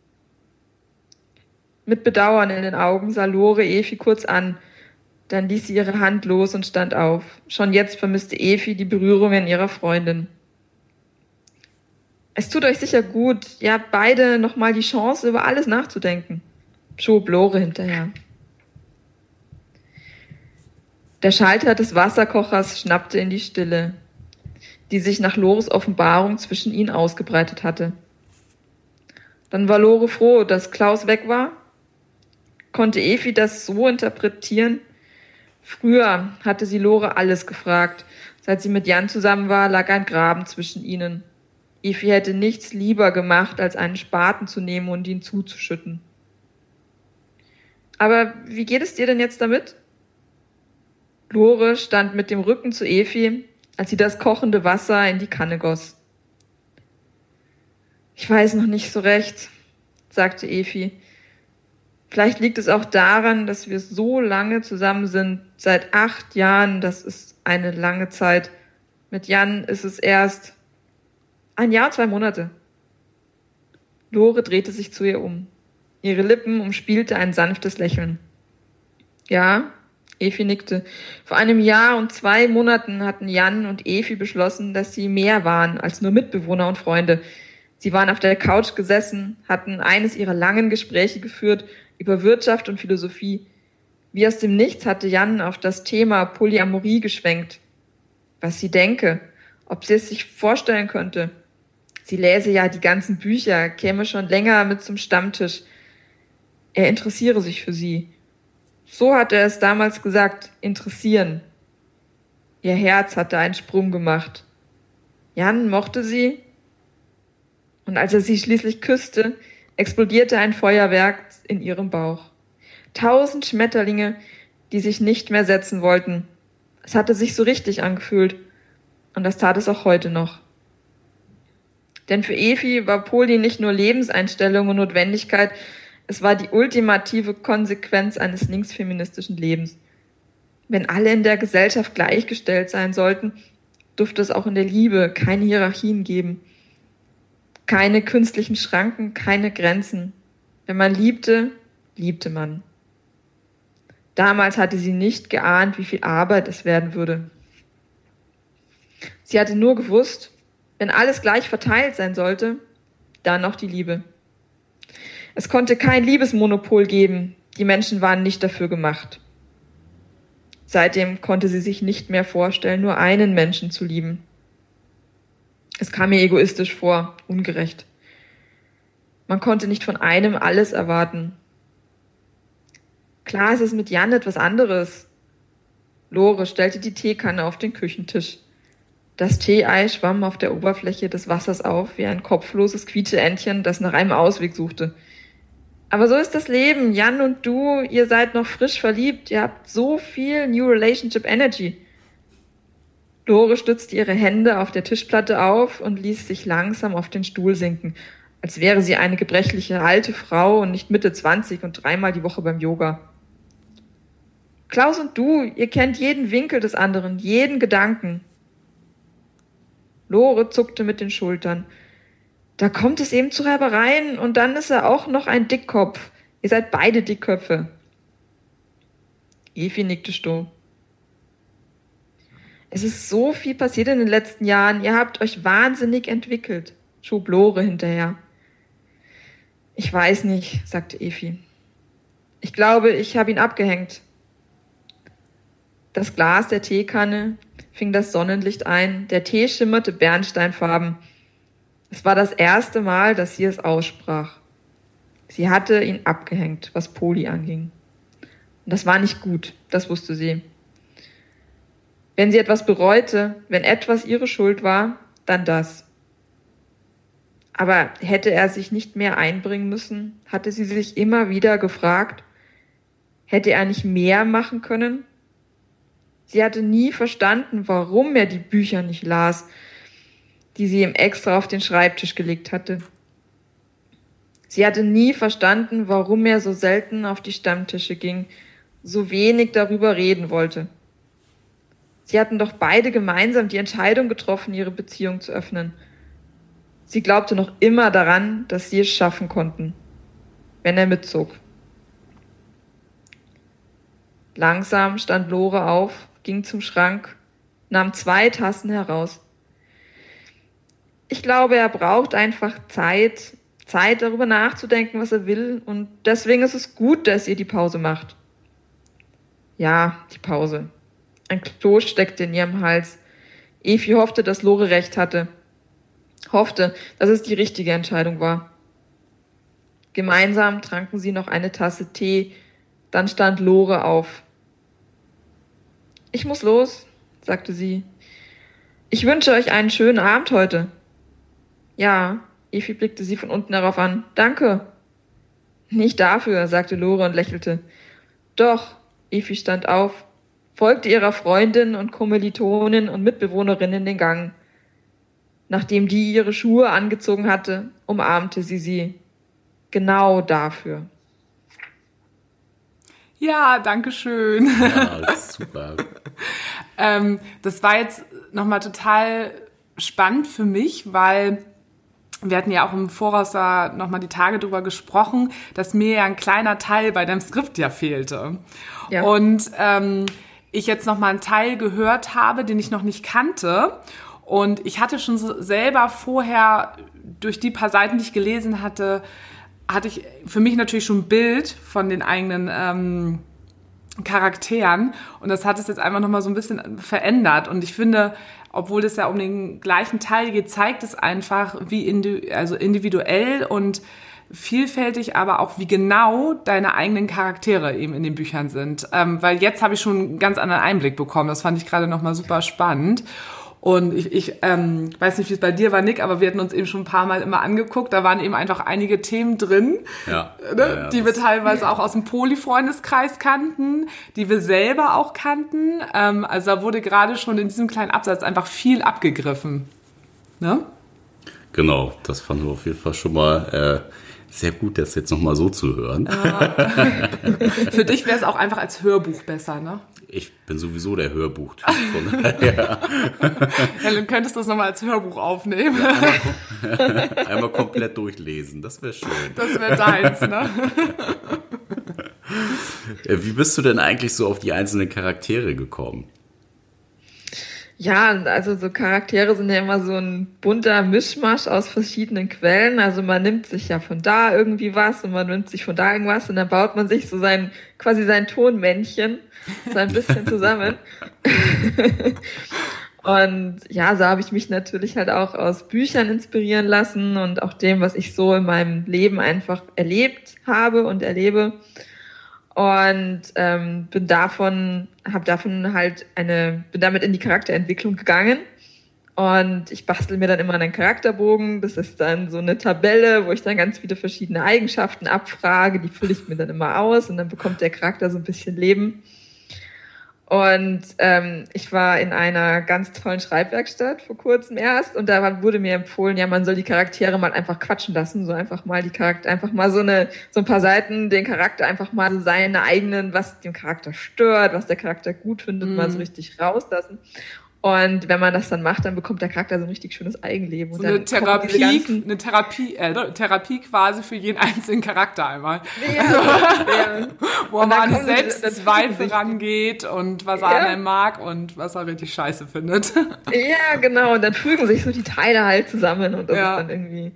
Mit Bedauern in den Augen sah Lore Efi kurz an. Dann ließ sie ihre Hand los und stand auf. Schon jetzt vermisste Efi die Berührungen ihrer Freundin. Es tut euch sicher gut. Ihr habt beide nochmal die Chance, über alles nachzudenken, schob Lore hinterher. Der Schalter des Wasserkochers schnappte in die Stille, die sich nach Lores Offenbarung zwischen ihnen ausgebreitet hatte. Dann war Lore froh, dass Klaus weg war. Konnte Efi das so interpretieren? Früher hatte sie Lore alles gefragt. Seit sie mit Jan zusammen war, lag ein Graben zwischen ihnen. Efi hätte nichts lieber gemacht, als einen Spaten zu nehmen und ihn zuzuschütten. Aber wie geht es dir denn jetzt damit? Lore stand mit dem Rücken zu Efi, als sie das kochende Wasser in die Kanne goss. Ich weiß noch nicht so recht, sagte Efi. Vielleicht liegt es auch daran, dass wir so lange zusammen sind, seit acht Jahren, das ist eine lange Zeit. Mit Jan ist es erst ein Jahr, zwei Monate. Lore drehte sich zu ihr um. Ihre Lippen umspielte ein sanftes Lächeln. Ja, Efi nickte. Vor einem Jahr und zwei Monaten hatten Jan und Efi beschlossen, dass sie mehr waren als nur Mitbewohner und Freunde. Sie waren auf der Couch gesessen, hatten eines ihrer langen Gespräche geführt über Wirtschaft und Philosophie. Wie aus dem Nichts hatte Jan auf das Thema Polyamorie geschwenkt. Was sie denke, ob sie es sich vorstellen könnte. Sie läse ja die ganzen Bücher, käme schon länger mit zum Stammtisch. Er interessiere sich für sie. So hatte er es damals gesagt, interessieren. Ihr Herz hatte einen Sprung gemacht. Jan mochte sie. Und als er sie schließlich küsste, explodierte ein Feuerwerk in ihrem Bauch. Tausend Schmetterlinge, die sich nicht mehr setzen wollten. Es hatte sich so richtig angefühlt. Und das tat es auch heute noch. Denn für Efi war Poly nicht nur Lebenseinstellung und Notwendigkeit, es war die ultimative Konsequenz eines linksfeministischen Lebens. Wenn alle in der Gesellschaft gleichgestellt sein sollten, durfte es auch in der Liebe keine Hierarchien geben. Keine künstlichen Schranken, keine Grenzen. Wenn man liebte, liebte man. Damals hatte sie nicht geahnt, wie viel Arbeit es werden würde. Sie hatte nur gewusst, wenn alles gleich verteilt sein sollte, dann noch die Liebe. Es konnte kein Liebesmonopol geben, die Menschen waren nicht dafür gemacht. Seitdem konnte sie sich nicht mehr vorstellen, nur einen Menschen zu lieben. Es kam ihr egoistisch vor, ungerecht. Man konnte nicht von einem alles erwarten. Klar ist es mit Jan etwas anderes. Lore stellte die Teekanne auf den Küchentisch. Das Teeei schwamm auf der Oberfläche des Wassers auf, wie ein kopfloses Quietscheentchen, das nach einem Ausweg suchte. Aber so ist das Leben. Jan und du, ihr seid noch frisch verliebt. Ihr habt so viel New Relationship Energy. Lore stützte ihre Hände auf der Tischplatte auf und ließ sich langsam auf den Stuhl sinken, als wäre sie eine gebrechliche alte Frau und nicht Mitte zwanzig und dreimal die Woche beim Yoga. Klaus und du, ihr kennt jeden Winkel des anderen, jeden Gedanken. Lore zuckte mit den Schultern. Da kommt es eben zu Reibereien und dann ist er auch noch ein Dickkopf. Ihr seid beide Dickköpfe. Efi nickte stumm. Es ist so viel passiert in den letzten Jahren. Ihr habt euch wahnsinnig entwickelt, schob Lore hinterher. Ich weiß nicht, sagte Effi. Ich glaube, ich habe ihn abgehängt. Das Glas der Teekanne fing das Sonnenlicht ein, der Tee schimmerte bernsteinfarben. Es war das erste Mal, dass sie es aussprach. Sie hatte ihn abgehängt, was Poli anging. Und das war nicht gut, das wusste sie. Wenn sie etwas bereute, wenn etwas ihre Schuld war, dann das. Aber hätte er sich nicht mehr einbringen müssen, hatte sie sich immer wieder gefragt. Hätte er nicht mehr machen können? Sie hatte nie verstanden, warum er die Bücher nicht las, die sie ihm extra auf den Schreibtisch gelegt hatte. Sie hatte nie verstanden, warum er so selten auf die Stammtische ging, so wenig darüber reden wollte. Sie hatten doch beide gemeinsam die Entscheidung getroffen, ihre Beziehung zu öffnen. Sie glaubte noch immer daran, dass sie es schaffen konnten, wenn er mitzog. Langsam stand Lore auf, ging zum Schrank, nahm zwei Tassen heraus. Ich glaube, er braucht einfach Zeit, Zeit darüber nachzudenken, was er will, und deswegen ist es gut, dass ihr die Pause macht. Ja, die Pause. Ein Kloß steckte in ihrem Hals. Effi hoffte, dass Lore recht hatte. Hoffte, dass es die richtige Entscheidung war. Gemeinsam tranken sie noch eine Tasse Tee, dann stand Lore auf. Ich muss los, sagte sie. Ich wünsche euch einen schönen Abend heute. Ja, Effi blickte sie von unten darauf an. Danke. Nicht dafür, sagte Lore und lächelte. Doch, Effi stand auf, folgte ihrer Freundin und Kommilitonin und Mitbewohnerin in den Gang. Nachdem die ihre Schuhe angezogen hatte, umarmte sie sie. Genau dafür. Ja, danke schön. Ja, das ist super. ähm, das war jetzt nochmal total spannend für mich, weil wir hatten ja auch im Voraus da nochmal die Tage drüber gesprochen, dass mir ja ein kleiner Teil bei deinem Skript ja fehlte. Ja. Und ähm, ich jetzt nochmal einen Teil gehört habe, den ich noch nicht kannte. Und ich hatte schon so selber vorher, durch die paar Seiten, die ich gelesen hatte, hatte ich für mich natürlich schon ein Bild von den eigenen ähm, Charakteren. Und das hat es jetzt einfach nochmal so ein bisschen verändert. Und ich finde, obwohl es ja um den gleichen Teil geht, zeigt es einfach, wie indi- also individuell und vielfältig, aber auch wie genau deine eigenen Charaktere eben in den Büchern sind. Ähm, weil jetzt habe ich schon einen ganz anderen Einblick bekommen. Das fand ich gerade nochmal super spannend. Und ich, ich ähm, weiß nicht, wie es bei dir war, Nick, aber wir hatten uns eben schon ein paar Mal immer angeguckt. Da waren eben einfach einige Themen drin, ja, ne, ja, ja, die wir teilweise auch aus dem Poli-Freundeskreis kannten, die wir selber auch kannten. Ähm, also da wurde gerade schon in diesem kleinen Absatz einfach viel abgegriffen. Ne? Genau, das fanden wir auf jeden Fall schon mal äh, sehr gut, das jetzt nochmal so zu hören. Ja. Für dich wäre es auch einfach als Hörbuch besser, ne? Ich bin sowieso der Hörbuchtyp. Von daher. Ja, dann könntest du es nochmal als Hörbuch aufnehmen. Ja, einmal, kom- einmal komplett durchlesen, das wäre schön. Das wäre deins, ne? Wie bist du denn eigentlich so auf die einzelnen Charaktere gekommen? Ja, also so Charaktere sind ja immer so ein bunter Mischmasch aus verschiedenen Quellen. Also man nimmt sich ja von da irgendwie was und man nimmt sich von da irgendwas und dann baut man sich so sein, quasi sein Tonmännchen so ein bisschen zusammen. Und ja, so habe ich mich natürlich halt auch aus Büchern inspirieren lassen und auch dem, was ich so in meinem Leben einfach erlebt habe und erlebe. Und ähm, bin davon, habe davon halt eine, bin damit in die Charakterentwicklung gegangen. Und ich bastel mir dann immer einen Charakterbogen. Das ist dann so eine Tabelle, wo ich dann ganz viele verschiedene Eigenschaften abfrage. Die fülle ich mir dann immer aus und dann bekommt der Charakter so ein bisschen Leben. Und ähm, ich war in einer ganz tollen Schreibwerkstatt vor kurzem erst und da wurde mir empfohlen, ja, man soll die Charaktere mal einfach quatschen lassen, so einfach mal die Charakter, einfach mal so eine, so ein paar Seiten, den Charakter einfach mal so seine eigenen, was dem Charakter stört, was der Charakter gut findet, mm. mal so richtig rauslassen. Und wenn man das dann macht, dann bekommt der Charakter so ein richtig schönes Eigenleben. So und dann eine Therapie, ganzen, eine Therapie, äh, Therapie quasi für jeden einzelnen Charakter einmal. Ja, also, ja. Wo man an Selbstzweifel rangeht und was er ja. an einem mag und was er richtig scheiße findet. Ja, genau. Und dann fügen sich so die Teile halt zusammen und das ja. ist dann irgendwie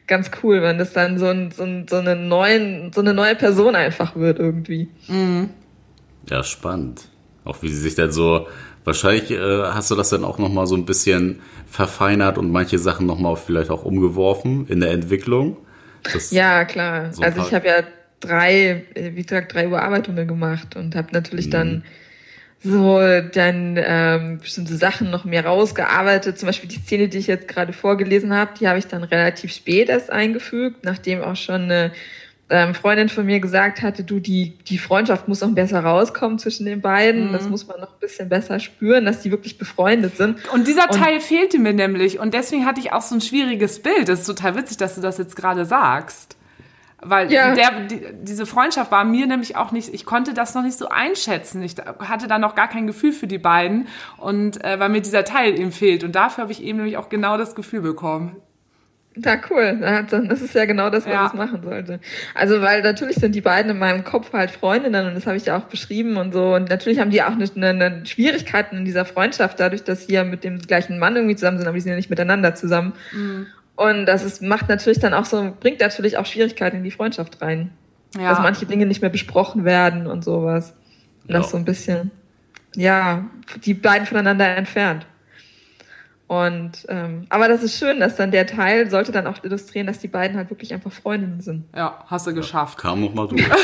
ganz cool, wenn das dann so, ein, so, ein, so, eine neuen, so eine neue Person einfach wird irgendwie. Mhm. Ja, spannend. Auch wie sie sich dann so, wahrscheinlich äh, hast du das dann auch nochmal so ein bisschen verfeinert und manche Sachen nochmal vielleicht auch umgeworfen in der Entwicklung. Das Ja, klar. so Also ich habe ja drei, wie gesagt, drei Überarbeitungen gemacht und habe natürlich mhm. dann so dann ähm, bestimmte Sachen noch mehr rausgearbeitet. Zum Beispiel die Szene, die ich jetzt gerade vorgelesen habe, die habe ich dann relativ spät erst eingefügt, nachdem auch schon eine ähm, Freundin von mir gesagt hatte, du, die die Freundschaft muss noch besser rauskommen zwischen den beiden. Mhm. Das muss man noch ein bisschen besser spüren, dass die wirklich befreundet sind. Und dieser und Teil fehlte mir nämlich. Und deswegen hatte ich auch so ein schwieriges Bild. Das ist total witzig, dass du das jetzt gerade sagst. Weil ja. der, die, diese Freundschaft war mir nämlich auch nicht, ich konnte das noch nicht so einschätzen. Ich hatte da noch gar kein Gefühl für die beiden und äh, weil mir dieser Teil eben fehlt. Und dafür habe ich eben nämlich auch genau das Gefühl bekommen. Ja, cool. Das ist ja genau das, was ja. es machen sollte. Also, weil natürlich sind die beiden in meinem Kopf halt Freundinnen und das habe ich ja auch beschrieben und so. Und natürlich haben die auch eine, eine Schwierigkeiten in dieser Freundschaft, dadurch, dass sie ja mit dem gleichen Mann irgendwie zusammen sind, aber die sind ja nicht miteinander zusammen. Mhm. Und das ist, macht natürlich dann auch so, bringt natürlich auch Schwierigkeiten in die Freundschaft rein. Ja. Dass manche Dinge nicht mehr besprochen werden und sowas. Und ja. das so ein bisschen, ja, die beiden voneinander entfernt. Und, ähm, aber das ist schön, dass dann der Teil sollte dann auch illustrieren, dass die beiden halt wirklich einfach Freundinnen sind. Ja, hast du geschafft. Ja, kam noch mal durch.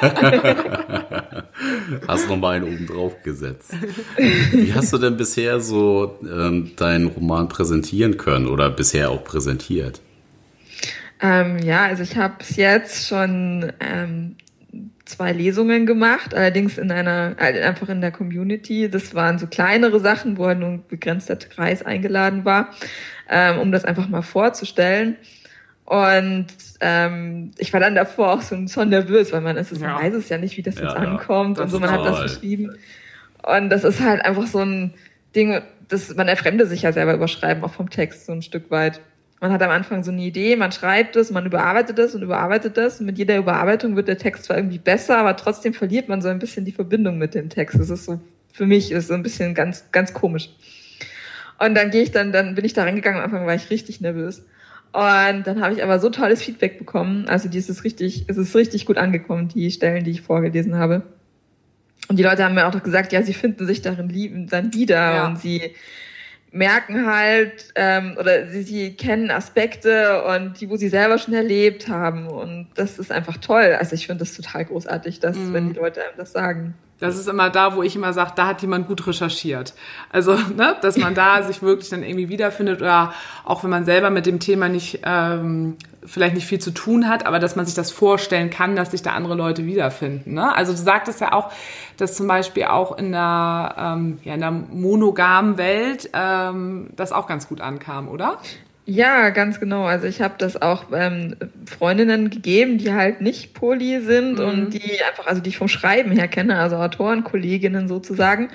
Hast noch mal einen oben drauf gesetzt. Wie hast du denn bisher so ähm, deinen Roman präsentieren können oder bisher auch präsentiert? Ähm, ja, also ich habe bis jetzt schon ähm, zwei Lesungen gemacht, allerdings in einer, einfach in der Community. Das waren so kleinere Sachen, wo halt nur ein begrenzter Kreis eingeladen war, ähm, um das einfach mal vorzustellen. Und ähm, ich war dann davor auch so, so nervös, weil man ist es, ja. man weiß es ja nicht, wie das ja, jetzt ankommt ja. und so, man toll. Hat das geschrieben. Und das ist halt einfach so ein Ding, das, man erfremde sich ja selber überschreiben, auch vom Text so ein Stück weit. Man hat am Anfang so eine Idee, man schreibt es, man überarbeitet es und überarbeitet es. Und mit jeder Überarbeitung wird der Text zwar irgendwie besser, aber trotzdem verliert man so ein bisschen die Verbindung mit dem Text. Das ist so, für mich ist so ein bisschen ganz, ganz komisch. Und dann gehe ich dann, dann bin ich da reingegangen, am Anfang war ich richtig nervös. Und dann habe ich aber so tolles Feedback bekommen. Also die ist es richtig, es ist richtig gut angekommen, die Stellen, die ich vorgelesen habe. Und die Leute haben mir auch noch gesagt, ja, sie finden sich darin lieben, dann wieder ja. und sie merken halt, ähm, oder sie, sie kennen Aspekte und die, wo sie selber schon erlebt haben. Und das ist einfach toll. Also ich finde das total großartig, dass, mm. wenn die Leute einem das sagen. Das ist immer da, wo ich immer sage, da hat jemand gut recherchiert. Also, ne, dass man da sich wirklich dann irgendwie wiederfindet oder auch wenn man selber mit dem Thema nicht, ähm, vielleicht nicht viel zu tun hat, aber dass man sich das vorstellen kann, dass sich da andere Leute wiederfinden. Ne? Also du sagtest ja auch, dass zum Beispiel auch in der, ähm, ja, in der monogamen Welt ähm, das auch ganz gut ankam, oder? Ja, ganz genau. Also ich habe das auch ähm, Freundinnen gegeben, die halt nicht poly sind mhm. und die einfach, also die ich vom Schreiben her kenne, also Autoren, Kolleginnen sozusagen.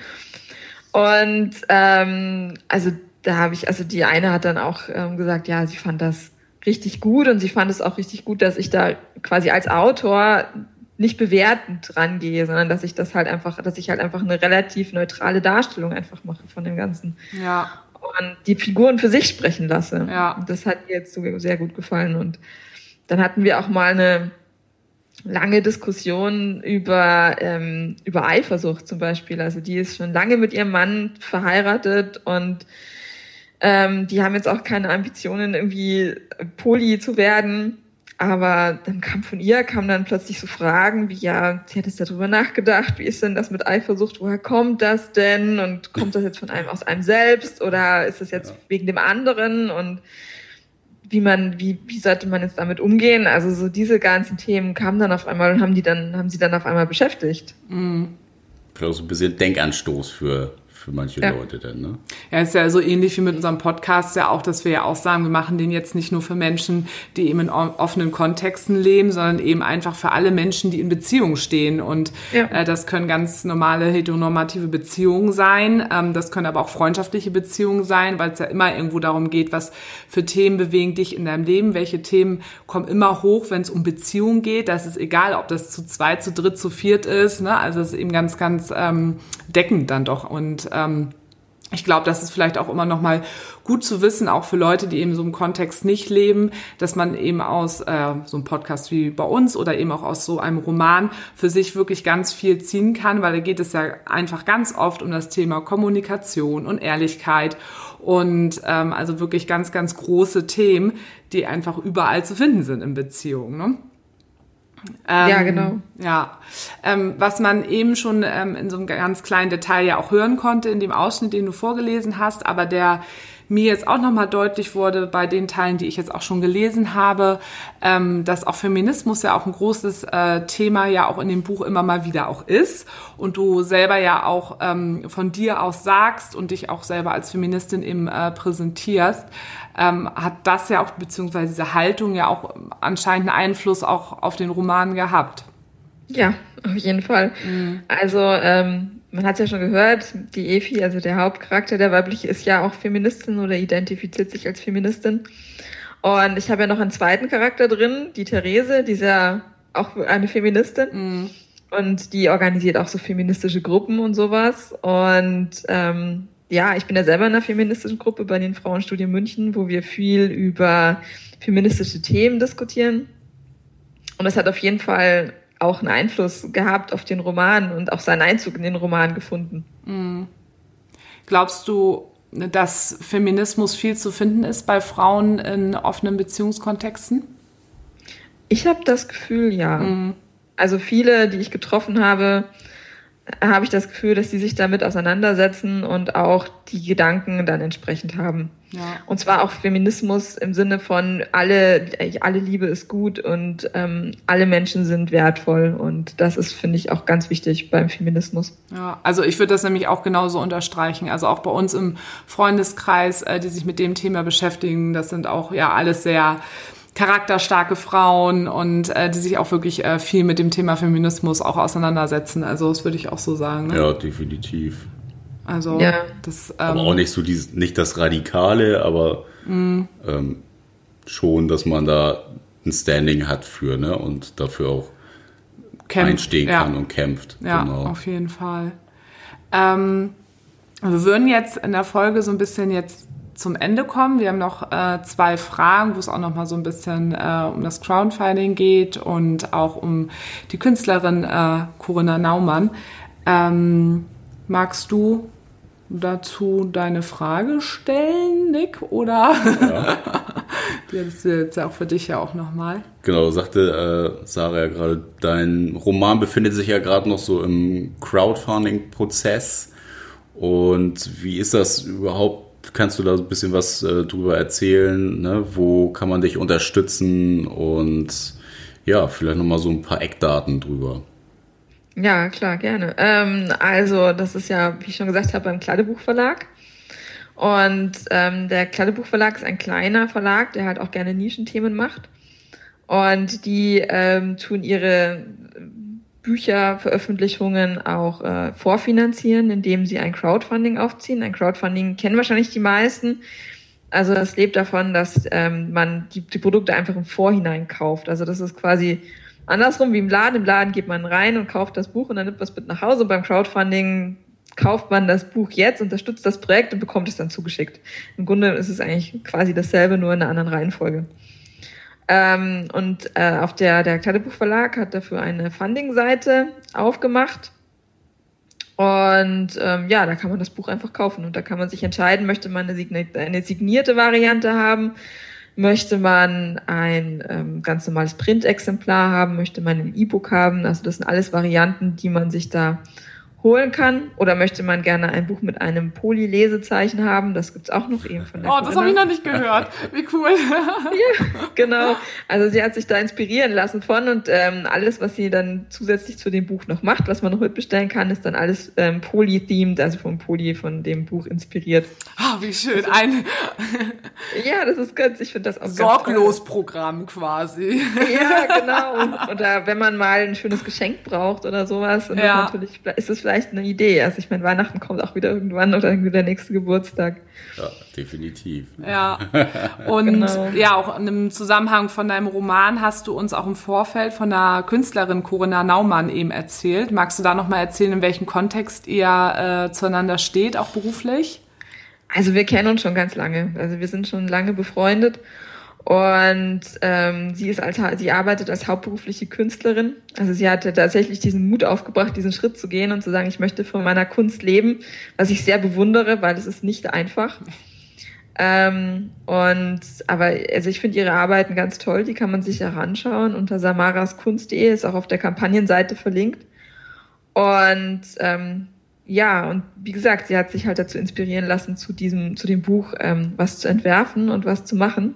Und ähm, also da habe ich, also die eine hat dann auch ähm, gesagt, ja, sie fand das richtig gut und sie fand es auch richtig gut, dass ich da quasi als Autor nicht bewertend rangehe, sondern dass ich das halt einfach, dass ich halt einfach eine relativ neutrale Darstellung einfach mache von dem Ganzen. Ja. Und die Figuren für sich sprechen lasse. Ja. Und das hat mir jetzt so sehr gut gefallen. Und dann hatten wir auch mal eine lange Diskussion über, ähm, über Eifersucht zum Beispiel. Also die ist schon lange mit ihrem Mann verheiratet und ähm, die haben jetzt auch keine Ambitionen, irgendwie poly zu werden. Aber dann kam von ihr, kamen dann plötzlich so Fragen wie, ja, sie hat jetzt darüber nachgedacht, wie ist denn das mit Eifersucht, woher kommt das denn? Und kommt das jetzt von einem aus einem selbst oder ist das jetzt ja. wegen dem anderen? Und wie man, wie, wie sollte man jetzt damit umgehen? Also so diese ganzen Themen kamen dann auf einmal und haben die dann, haben sie dann auf einmal beschäftigt. Mhm. Vielleicht so ein bisschen Denkanstoß für für manche ja. Leute dann, ne? Ja, ist ja so ähnlich wie mit unserem Podcast ja auch, dass wir ja auch sagen, wir machen den jetzt nicht nur für Menschen, die eben in offenen Kontexten leben, sondern eben einfach für alle Menschen, die in Beziehungen stehen. Und ja. äh, das können ganz normale heteronormative Beziehungen sein. Ähm, das können aber auch freundschaftliche Beziehungen sein, weil es ja immer irgendwo darum geht, was für Themen bewegen dich in deinem Leben. Welche Themen kommen immer hoch, wenn es um Beziehungen geht. Das ist egal, ob das zu zweit, zu dritt, zu viert ist. Ne? Also es ist eben ganz, ganz ähm, deckend dann doch. Und Ähm, ich glaube, das ist vielleicht auch immer noch mal gut zu wissen, auch für Leute, die eben so im Kontext nicht leben, dass man eben aus äh, so einem Podcast wie bei uns oder eben auch aus so einem Roman für sich wirklich ganz viel ziehen kann, weil da geht es ja einfach ganz oft um das Thema Kommunikation und Ehrlichkeit und ähm, also wirklich ganz, ganz große Themen, die einfach überall zu finden sind in Beziehungen, ne? Ähm, ja, genau. Ja, ähm, was man eben schon ähm, in so einem ganz kleinen Detail ja auch hören konnte in dem Ausschnitt, den du vorgelesen hast, aber der mir jetzt auch nochmal deutlich wurde bei den Teilen, die ich jetzt auch schon gelesen habe, ähm, dass auch Feminismus ja auch ein großes äh, Thema ja auch in dem Buch immer mal wieder auch ist und du selber ja auch ähm, von dir aus sagst und dich auch selber als Feministin eben äh, präsentierst, ähm, hat das ja auch, beziehungsweise diese Haltung ja auch anscheinend einen Einfluss auch auf den Roman gehabt. Ja, auf jeden Fall. Mhm. Also ähm, man hat es ja schon gehört, die Efi, also der Hauptcharakter, der weibliche, ist ja auch Feministin oder identifiziert sich als Feministin. Und ich habe ja noch einen zweiten Charakter drin, die Therese, die ist ja auch eine Feministin. Mhm. Und die organisiert auch so feministische Gruppen und sowas. Und ähm, ja, ich bin ja selber in einer feministischen Gruppe bei den Frauenstudien München, wo wir viel über feministische Themen diskutieren. Und das hat auf jeden Fall auch einen Einfluss gehabt auf den Roman und auch seinen Einzug in den Roman gefunden. Mhm. Glaubst du, dass Feminismus viel zu finden ist bei Frauen in offenen Beziehungskontexten? Ich habe das Gefühl, ja. Mhm. Also viele, die ich getroffen habe, habe ich das Gefühl, dass die sich damit auseinandersetzen und auch die Gedanken dann entsprechend haben. Ja. Und zwar auch Feminismus im Sinne von alle, alle Liebe ist gut und ähm, alle Menschen sind wertvoll. Und das ist, finde ich, auch ganz wichtig beim Feminismus. Ja, also ich würde das nämlich auch genauso unterstreichen. Also auch bei uns im Freundeskreis, äh, die sich mit dem Thema beschäftigen, das sind auch ja alles sehr charakterstarke Frauen und äh, die sich auch wirklich äh, viel mit dem Thema Feminismus auch auseinandersetzen. Also das würde ich auch so sagen. Ne? Ja, definitiv. Also ja. das, ähm, aber auch nicht so dieses, nicht das Radikale, aber mm. ähm, schon, dass man da ein Standing hat für, ne, und dafür auch Kämpf, einstehen ja. kann und kämpft. Ja, genau. Auf jeden Fall. Ähm, wir würden jetzt in der Folge so ein bisschen jetzt zum Ende kommen. Wir haben noch äh, zwei Fragen, wo es auch noch mal so ein bisschen äh, um das Crowdfunding geht und auch um die Künstlerin äh, Corinna Naumann. Ähm, magst du dazu deine Frage stellen, Nick? Oder? Ja. Das ist jetzt auch für dich ja auch nochmal. Genau, sagte äh, Sarah ja gerade, dein Roman befindet sich ja gerade noch so im Crowdfunding-Prozess. Und wie ist das überhaupt? Kannst du da ein bisschen was äh, drüber erzählen? Ne? Wo kann man dich unterstützen? Und ja, vielleicht nochmal so ein paar Eckdaten drüber. Ja, klar, gerne. Ähm, also das ist ja, wie ich schon gesagt habe, beim Kladdebuch Verlag. Und ähm, der Kladdebuch Verlag ist ein kleiner Verlag, der halt auch gerne Nischenthemen macht. Und die ähm, tun ihre Bücherveröffentlichungen auch äh, vorfinanzieren, indem sie ein Crowdfunding aufziehen. Ein Crowdfunding kennen wahrscheinlich die meisten. Also das lebt davon, dass ähm, man die, die Produkte einfach im Vorhinein kauft. Also das ist quasi andersrum wie im Laden. Im Laden geht man rein und kauft das Buch und dann nimmt man es mit nach Hause. Und beim Crowdfunding kauft man das Buch jetzt, unterstützt das Projekt und bekommt es dann zugeschickt. Im Grunde ist es eigentlich quasi dasselbe, nur in einer anderen Reihenfolge. Ähm, und äh, auf der, der Kladdebuch Verlag hat dafür eine Funding-Seite aufgemacht. Und ähm, ja, da kann man das Buch einfach kaufen. Und da kann man sich entscheiden, möchte man eine, signi- eine signierte Variante haben, möchte man ein ähm, ganz normales Printexemplar haben, möchte man ein E-Book haben. Also das sind alles Varianten, die man sich da holen kann. Oder möchte man gerne ein Buch mit einem Poly-Lesezeichen haben? Das gibt's auch noch eben von der Oh, Corinna. Das habe ich noch nicht gehört. Wie cool. Ja, genau. Also sie hat sich da inspirieren lassen von und ähm, alles, was sie dann zusätzlich zu dem Buch noch macht, was man noch mitbestellen kann, ist dann alles ähm, Poly-themed, also vom Poly, von dem Buch inspiriert. Ah, oh, wie schön. Ein ja, das ist ganz, ich finde das auch Sorglos-Programm quasi. Ja, genau. Und, oder wenn man mal ein schönes Geschenk braucht oder sowas, und ja. das natürlich, ist es vielleicht eine Idee. Also ich meine, Weihnachten kommt auch wieder irgendwann oder irgendwie der nächste Geburtstag. Ja, definitiv. Ja, und genau. ja, auch in einem Zusammenhang von deinem Roman hast du uns auch im Vorfeld von der Künstlerin Corinna Naumann eben erzählt. Magst du da nochmal erzählen, in welchem Kontext ihr äh, zueinander steht, auch beruflich? Also wir kennen uns schon ganz lange. Also wir sind schon lange befreundet. Und ähm, sie ist als, sie arbeitet als hauptberufliche Künstlerin. Also sie hatte tatsächlich diesen Mut aufgebracht, diesen Schritt zu gehen und zu sagen, ich möchte von meiner Kunst leben, was ich sehr bewundere, weil es ist nicht einfach. Ähm, und aber also ich finde ihre Arbeiten ganz toll, die kann man sich auch anschauen. Unter samaraskunst punkt de ist auch auf der Kampagnenseite verlinkt. Und ähm, ja, und wie gesagt, sie hat sich halt dazu inspirieren lassen, zu diesem, zu dem Buch ähm, was zu entwerfen und was zu machen.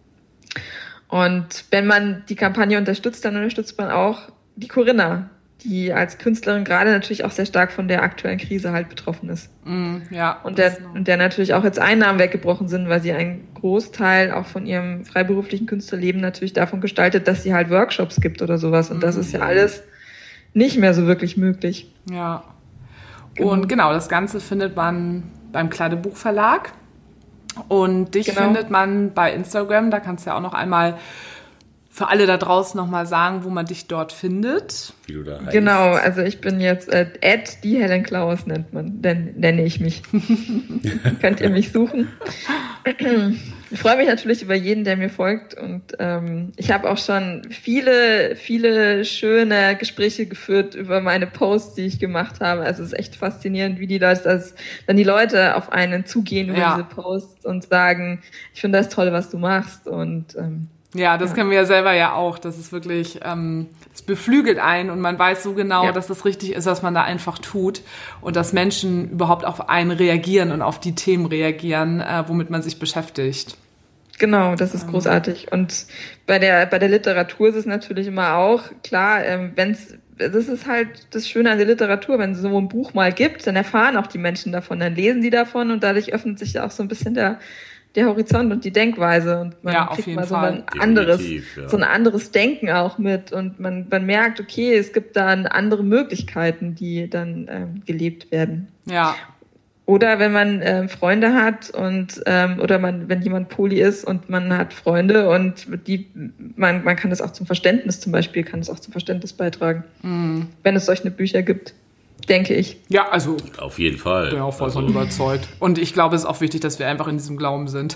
Und wenn man die Kampagne unterstützt, dann unterstützt man auch die Corinna, die als Künstlerin gerade natürlich auch sehr stark von der aktuellen Krise halt betroffen ist. Mm, ja. Und der, und der natürlich auch jetzt Einnahmen weggebrochen sind, weil sie einen Großteil auch von ihrem freiberuflichen Künstlerleben natürlich davon gestaltet, dass sie halt Workshops gibt oder sowas. Und mm. das ist ja alles nicht mehr so wirklich möglich. Ja. Genau. Und genau, das Ganze findet man beim Kleidebuchverlag. Und dich genau. findet man bei Instagram, da kannst du ja auch noch einmal für alle da draußen nochmal sagen, wo man dich dort findet. Wie du da heißt. Genau, also ich bin jetzt äh, at die Helen Klaus nennt man, denn, nenne ich mich. Könnt ihr mich suchen. Ich freue mich natürlich über jeden, der mir folgt und ähm, ich habe auch schon viele, viele schöne Gespräche geführt über meine Posts, die ich gemacht habe. Also es ist echt faszinierend, wie die Leute, dass dann die Leute auf einen zugehen über ja. diese Posts und sagen, ich finde das toll, was du machst und ähm, ja, das ja. kennen wir ja selber ja auch. Das ist wirklich, ähm, es beflügelt einen und man weiß so genau, ja. dass das richtig ist, was man da einfach tut und dass Menschen überhaupt auf einen reagieren und auf die Themen reagieren, äh, womit man sich beschäftigt. Genau, das ist großartig. Und bei der bei der Literatur ist es natürlich immer auch klar, ähm, wenn es das ist halt das Schöne an der Literatur, wenn es so ein Buch mal gibt, dann erfahren auch die Menschen davon, dann lesen die davon und dadurch öffnet sich ja auch so ein bisschen der der Horizont und die Denkweise und man ja, kriegt mal so Fall. ein anderes, ja. so ein anderes Denken auch mit und man, man merkt, okay, es gibt dann andere Möglichkeiten, die dann ähm, gelebt werden. Ja. Oder wenn man ähm, Freunde hat und ähm, oder man, wenn jemand Poly ist und man hat Freunde und die, man, man kann das auch zum Verständnis zum Beispiel, kann es auch zum Verständnis beitragen, mm. wenn es solche Bücher gibt. Denke ich. Ja, also auf jeden Fall. Ich bin auch voll von also. überzeugt. Und ich glaube, es ist auch wichtig, dass wir einfach in diesem Glauben sind.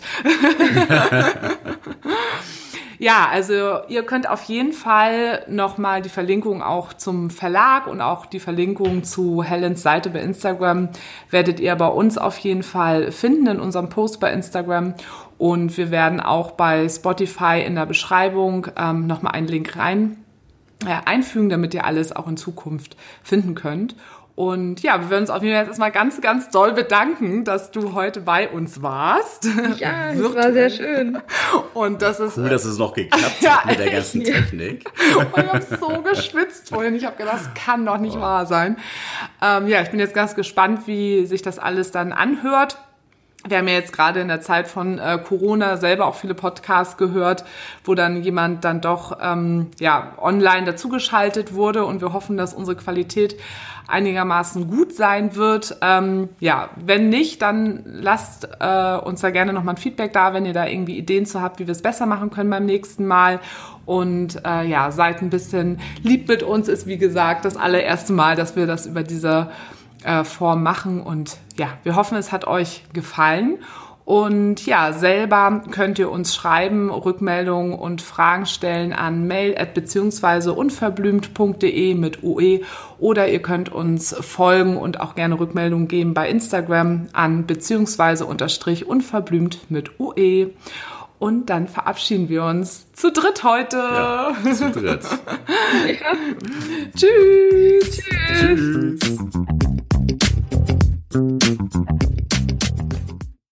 Ja, also ihr könnt auf jeden Fall nochmal die Verlinkung auch zum Verlag und auch die Verlinkung zu Helens Seite bei Instagram werdet ihr bei uns auf jeden Fall finden in unserem Post bei Instagram. Und wir werden auch bei Spotify in der Beschreibung ähm, nochmal einen Link rein äh, einfügen, damit ihr alles auch in Zukunft finden könnt. Und ja, wir würden uns auf jeden Fall jetzt erstmal ganz, ganz doll bedanken, dass du heute bei uns warst. Ja, das war sehr schön. Und das ist cool, dass es noch geklappt ja, hat mit der ganzen Technik. Und ich habe so geschwitzt vorhin. Ich habe gedacht, das kann doch nicht oh. wahr sein. Ähm, ja, ich bin jetzt ganz gespannt, wie sich das alles dann anhört. Wir haben ja jetzt gerade in der Zeit von äh, Corona selber auch viele Podcasts gehört, wo dann jemand dann doch ähm, ja online dazugeschaltet wurde und wir hoffen, dass unsere Qualität einigermaßen gut sein wird. Ähm, ja, wenn nicht, dann lasst äh, uns da gerne nochmal ein Feedback da, wenn ihr da irgendwie Ideen zu habt, wie wir es besser machen können beim nächsten Mal. Und äh, ja, seid ein bisschen lieb mit uns, ist wie gesagt das allererste Mal, dass wir das über diese äh, Form machen. Und ja, wir hoffen, es hat euch gefallen. Und ja, selber könnt ihr uns schreiben, Rückmeldungen und Fragen stellen an mail at beziehungsweise unverblümt punkt de mit U E oder ihr könnt uns folgen und auch gerne Rückmeldungen geben bei Instagram an beziehungsweise unterstrich unverblümt mit U E. Und dann verabschieden wir uns zu dritt heute. Ja, zu dritt. Ja. Tschüss. Tschüss. Tschüss.